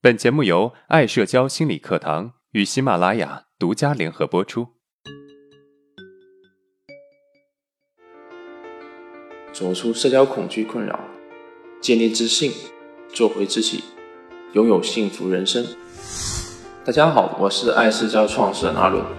本节目由爱社交心理课堂与喜马拉雅独家联合播出。 走出社交恐惧困扰，建立自信，做回自己，拥有幸福人生。大家好，我是爱社交创始人阿伦。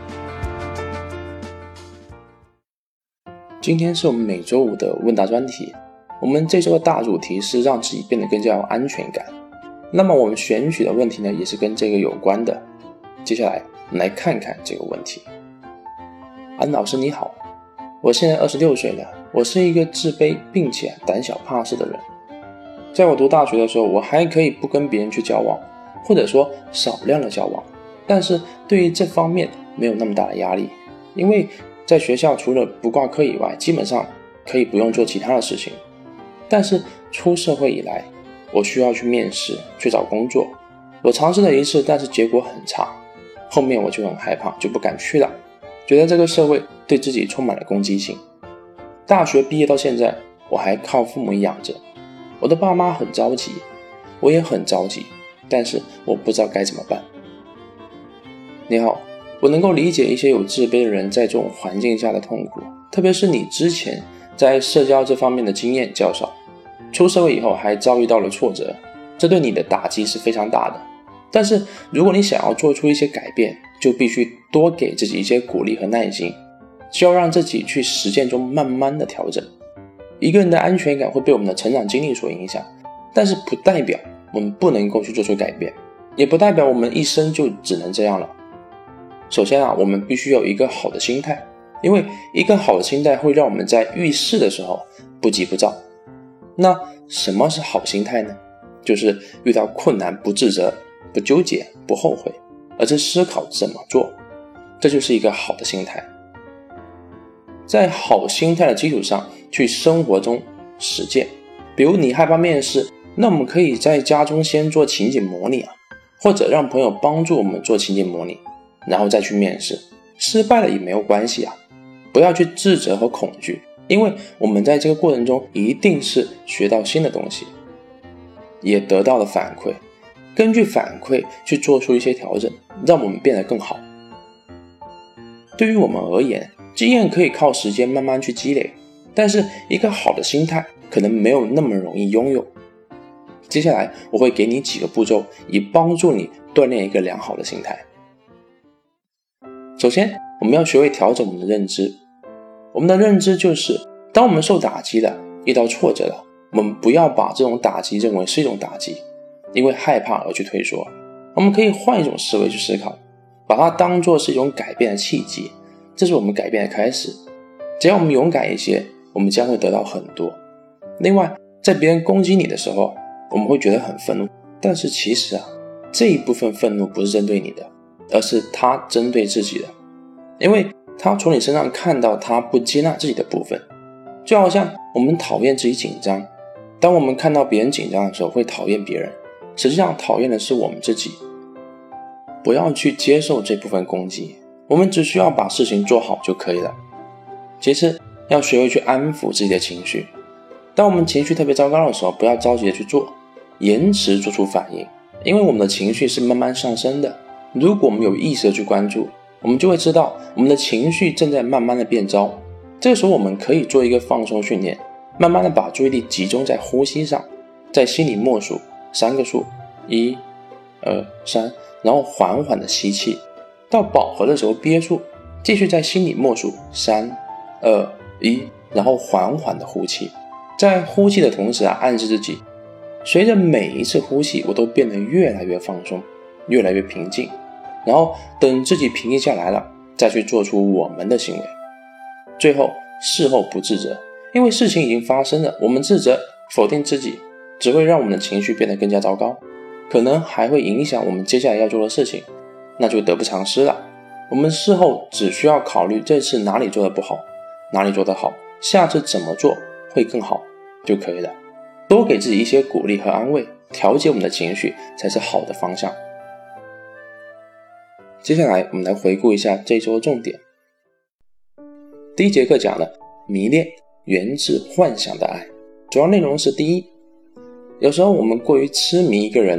今天是我们每周五的问答专题，我们这周的大主题是让自己变得更加有安全感。那么我们选取的问题呢，也是跟这个有关的。接下来我们来看看这个问题。安老师你好，我现在26岁了，我是一个自卑并且胆小怕事的人。在我读大学的时候，我还可以不跟别人去交往，或者说少量的交往，但是对于这方面没有那么大的压力，因为在学校除了不挂科以外，基本上可以不用做其他的事情。但是出社会以来，我需要去面试，去找工作。我尝试了一次，但是结果很差。后面我就很害怕，就不敢去了，觉得这个社会对自己充满了攻击性。大学毕业到现在，我还靠父母养着。我的爸妈很着急，我也很着急，但是我不知道该怎么办。你好，我能够理解一些有自卑的人在这种环境下的痛苦，特别是你之前在社交这方面的经验较少，出社会以后还遭遇到了挫折，这对你的打击是非常大的。但是如果你想要做出一些改变，就必须多给自己一些鼓励和耐心，需要让自己去实践中慢慢的调整。一个人的安全感会被我们的成长经历所影响，但是不代表我们不能够去做出改变，也不代表我们一生就只能这样了。首先我们必须有一个好的心态，因为一个好的心态会让我们在遇事的时候不急不躁。那什么是好心态呢？就是遇到困难不自责，不纠结，不后悔，而是思考怎么做，这就是一个好的心态。在好心态的基础上去生活中实践。比如你害怕面试，那我们可以在家中先做情景模拟或者让朋友帮助我们做情景模拟，然后再去面试。失败了也没有关系不要去自责和恐惧，因为我们在这个过程中一定是学到新的东西，也得到了反馈，根据反馈去做出一些调整，让我们变得更好。对于我们而言，经验可以靠时间慢慢去积累，但是一个好的心态可能没有那么容易拥有。接下来我会给你几个步骤，以帮助你锻炼一个良好的心态。首先，我们要学会调整我们的认知。我们的认知就是，当我们受打击了，遇到挫折了，我们不要把这种打击认为是一种打击，因为害怕而去退缩。我们可以换一种思维去思考，把它当作是一种改变的契机，这是我们改变的开始。只要我们勇敢一些，我们将会得到很多。另外，在别人攻击你的时候，我们会觉得很愤怒，但是其实这一部分愤怒不是针对你的，而是他针对自己的，因为他从你身上看到他不接纳自己的部分。就好像我们讨厌自己紧张，当我们看到别人紧张的时候会讨厌别人，实际上讨厌的是我们自己。不要去接受这部分攻击，我们只需要把事情做好就可以了。其次，要学会去安抚自己的情绪。当我们情绪特别糟糕的时候，不要着急的去做，延迟做出反应，因为我们的情绪是慢慢上升的。如果我们有意识的去关注，我们就会知道我们的情绪正在慢慢的变糟。这个时候我们可以做一个放松训练，慢慢的把注意力集中在呼吸上，在心里默数3个数，1、2、3，然后缓缓的吸气，到饱和的时候憋住，继续在心里默数3、2、1，然后缓缓的呼气。在呼气的同时暗示自己，随着每一次呼气，我都变得越来越放松，越来越平静。然后等自己平静下来了，再去做出我们的行为。最后，事后不自责，因为事情已经发生了，我们自责否定自己，只会让我们的情绪变得更加糟糕，可能还会影响我们接下来要做的事情，那就得不偿失了。我们事后只需要考虑这次哪里做得不好，哪里做得好，下次怎么做会更好就可以了。多给自己一些鼓励和安慰，调节我们的情绪才是好的方向。接下来我们来回顾一下这周的重点。第一节课讲了迷恋源自幻想的爱，主要内容是：第一，有时候我们过于痴迷一个人，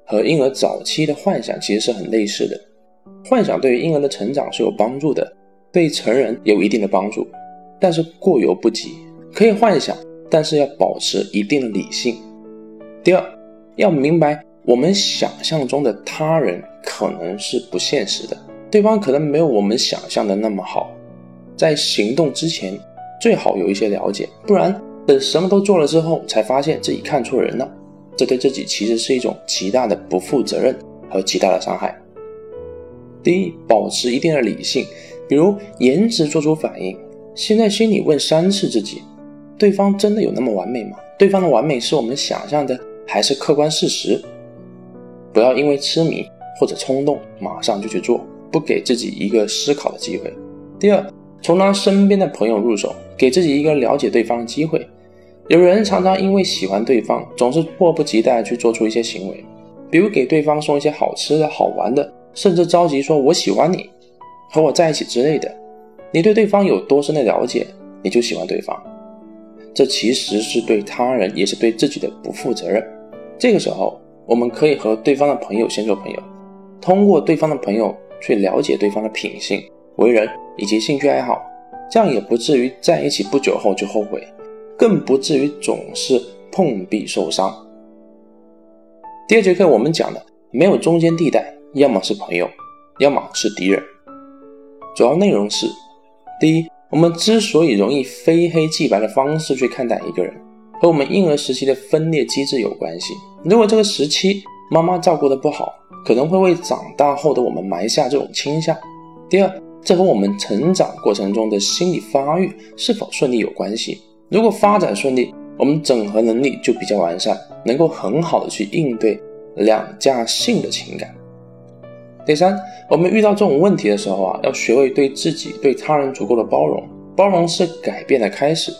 和婴儿早期的幻想其实是很类似的。幻想对于婴儿的成长是有帮助的，对成人有一定的帮助，但是过犹不及。可以幻想，但是要保持一定的理性。第二，要明白我们想象中的他人可能是不现实的，对方可能没有我们想象的那么好。在行动之前最好有一些了解，不然等什么都做了之后才发现自己看错人了，这对自己其实是一种极大的不负责任和极大的伤害。第一，保持一定的理性，比如延迟做出反应，先在心里问3次自己，对方真的有那么完美吗？对方的完美是我们想象的还是客观事实？不要因为痴迷或者冲动马上就去做，不给自己一个思考的机会。第二，从他身边的朋友入手，给自己一个了解对方的机会。有人常常因为喜欢对方，总是迫不及待去做出一些行为，比如给对方送一些好吃的好玩的，甚至着急说我喜欢你，和我在一起之类的。你对对方有多深的了解，你就喜欢对方，这其实是对他人也是对自己的不负责任。这个时候我们可以和对方的朋友先做朋友，通过对方的朋友去了解对方的品性、为人以及兴趣爱好，这样也不至于在一起不久后就后悔，更不至于总是碰壁受伤。第二节课我们讲的没有中间地带，要么是朋友，要么是敌人。主要内容是：第一，我们之所以容易非黑即白的方式去看待一个人，和我们婴儿时期的分裂机制有关系。如果这个时期妈妈照顾得不好，可能会为长大后的我们埋下这种倾向。第二，这和我们成长过程中的心理发育是否顺利有关系。如果发展顺利，我们整合能力就比较完善，能够很好的去应对两价性的情感。第三，我们遇到这种问题的时候要学会对自己对他人足够的包容，包容是改变的开始。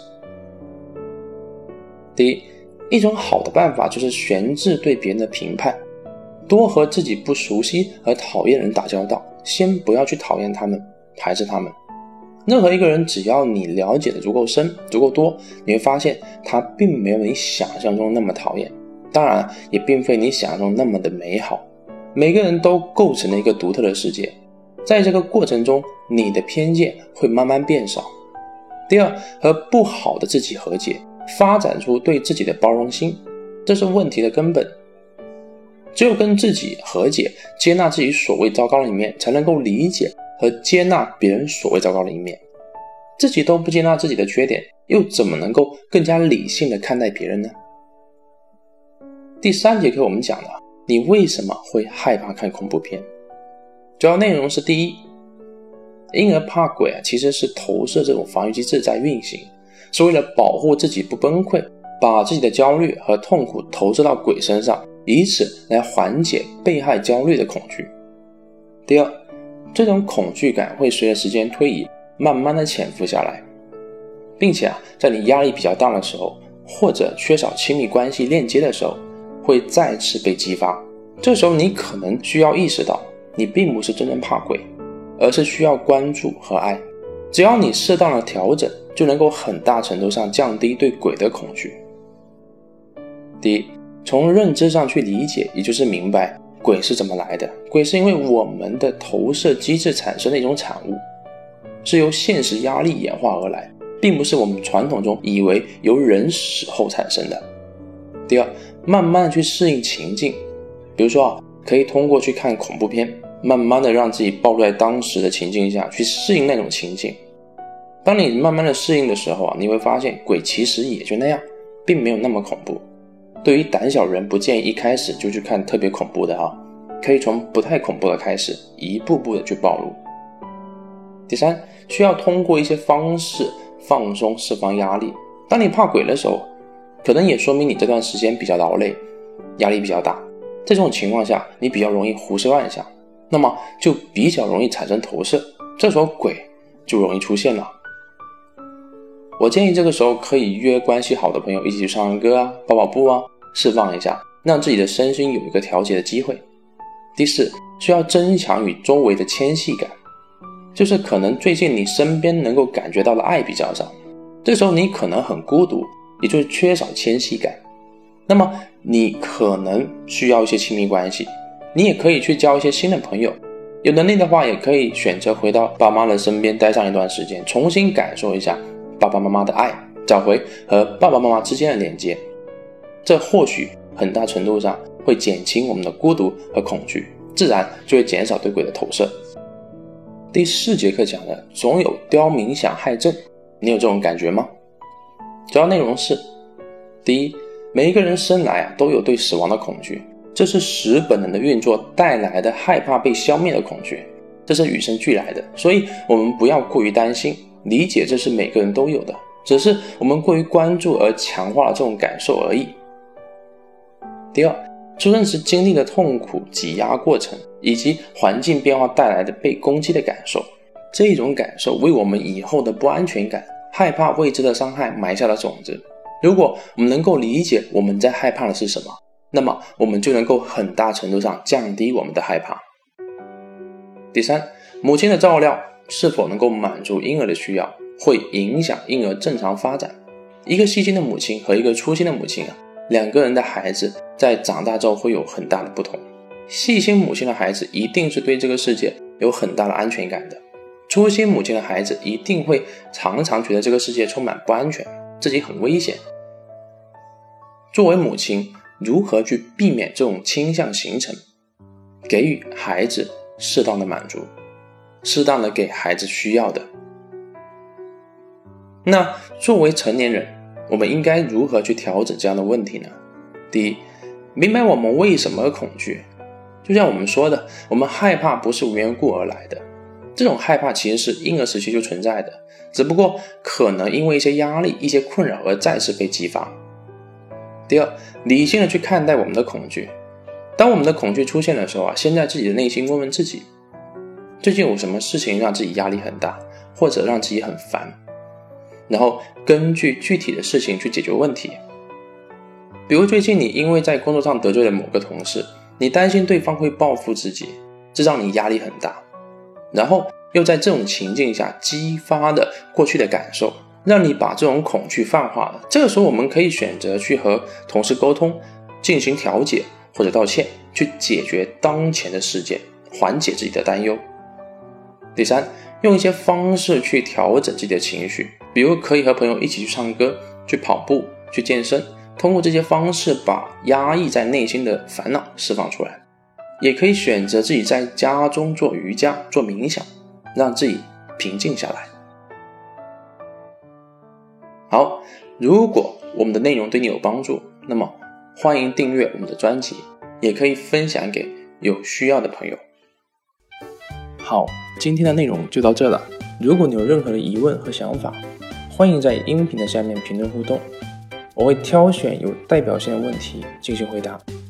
第一，一种好的办法就是悬置对别人的评判，多和自己不熟悉和讨厌的人打交道，先不要去讨厌他们，排斥他们。任何一个人只要你了解的足够深足够多，你会发现他并没有你想象中那么讨厌，当然也并非你想象中那么的美好。每个人都构成了一个独特的世界，在这个过程中你的偏见会慢慢变少。第二，和不好的自己和解，发展出对自己的包容心，这是问题的根本。只有跟自己和解，接纳自己所谓糟糕的一面，才能够理解和接纳别人所谓糟糕的一面。自己都不接纳自己的缺点，又怎么能够更加理性的看待别人呢？第三节课我们讲了你为什么会害怕看恐怖片。主要内容是：第一，婴儿怕鬼其实是投射这种防御机制在运行，是为了保护自己不崩溃，把自己的焦虑和痛苦投射到鬼身上，以此来缓解被害焦虑的恐惧。第二，这种恐惧感会随着时间推移慢慢的潜伏下来，并且在你压力比较大的时候，或者缺少亲密关系链接的时候，会再次被激发。这时候你可能需要意识到，你并不是真正怕鬼，而是需要关注和爱。只要你适当的调整，就能够很大程度上降低对鬼的恐惧。第一，从认知上去理解，也就是明白鬼是怎么来的。鬼是因为我们的投射机制产生的一种产物，是由现实压力演化而来，并不是我们传统中以为由人死后产生的。第二，慢慢的去适应情境，比如说可以通过去看恐怖片，慢慢的让自己暴露在当时的情境下，去适应那种情境。当你慢慢的适应的时候你会发现鬼其实也就那样，并没有那么恐怖。对于胆小人，不建议一开始就去看特别恐怖的可以从不太恐怖的开始，一步步的去暴露。第三，需要通过一些方式放松释放压力。当你怕鬼的时候，可能也说明你这段时间比较劳累，压力比较大，在这种情况下你比较容易胡思乱想，那么就比较容易产生投射，这时候鬼就容易出现了。我建议这个时候可以约关系好的朋友一起去唱歌跑跑步释放一下，让自己的身心有一个调节的机会。第四，需要增强与周围的牵系感，就是可能最近你身边能够感觉到的爱比较少，这时候你可能很孤独，也就是缺少牵系感。 那么你可能需要一些亲密关系，你也可以去交一些新的朋友，有能力的话也可以选择回到爸妈的身边待上一段时间，重新感受一下爸爸妈妈的爱，找回和爸爸妈妈之间的连接，这或许很大程度上会减轻我们的孤独和恐惧，自然就会减少对鬼的投射。第4节课讲的总有刁民想害朕，你有这种感觉吗？主要内容是：第一，每一个人生来都有对死亡的恐惧，这是使本能的运作带来的害怕被消灭的恐惧，这是与生俱来的，所以我们不要过于担心，理解这是每个人都有的，只是我们过于关注而强化了这种感受而已。第二，出生时经历的痛苦挤压过程，以及环境变化带来的被攻击的感受，这种感受为我们以后的不安全感、害怕未知的伤害埋下了种子。如果我们能够理解我们在害怕的是什么，那么我们就能够很大程度上降低我们的害怕。第三，母亲的照料是否能够满足婴儿的需要，会影响婴儿正常发展。一个细心的母亲和一个粗心的母亲两个人的孩子在长大之后会有很大的不同。细心母亲的孩子一定是对这个世界有很大的安全感的，粗心母亲的孩子一定会常常觉得这个世界充满不安全，自己很危险。作为母亲，如何去避免这种倾向形成？给予孩子适当的满足，适当的给孩子需要的。那作为成年人，我们应该如何去调整这样的问题呢？第一，明白我们为什么而恐惧。就像我们说的，我们害怕不是无缘故而来的，这种害怕其实是婴儿时期就存在的，只不过可能因为一些压力、一些困扰而再次被激发。第二，理性的去看待我们的恐惧。当我们的恐惧出现的时候先在自己的内心问问自己，最近有什么事情让自己压力很大，或者让自己很烦，然后根据具体的事情去解决问题。比如最近你因为在工作上得罪了某个同事，你担心对方会报复自己，这让你压力很大，然后又在这种情境下激发的过去的感受，让你把这种恐惧泛化了。这个时候我们可以选择去和同事沟通，进行调解或者道歉，去解决当前的事件，缓解自己的担忧。第三，用一些方式去调整自己的情绪，比如可以和朋友一起去唱歌，去跑步，去健身，通过这些方式把压抑在内心的烦恼释放出来。也可以选择自己在家中做瑜伽、做冥想，让自己平静下来。好，如果我们的内容对你有帮助，那么欢迎订阅我们的专辑，也可以分享给有需要的朋友。好，今天的内容就到这了。如果你有任何的疑问和想法，欢迎在音频的下面评论互动，我会挑选有代表性的问题进行回答。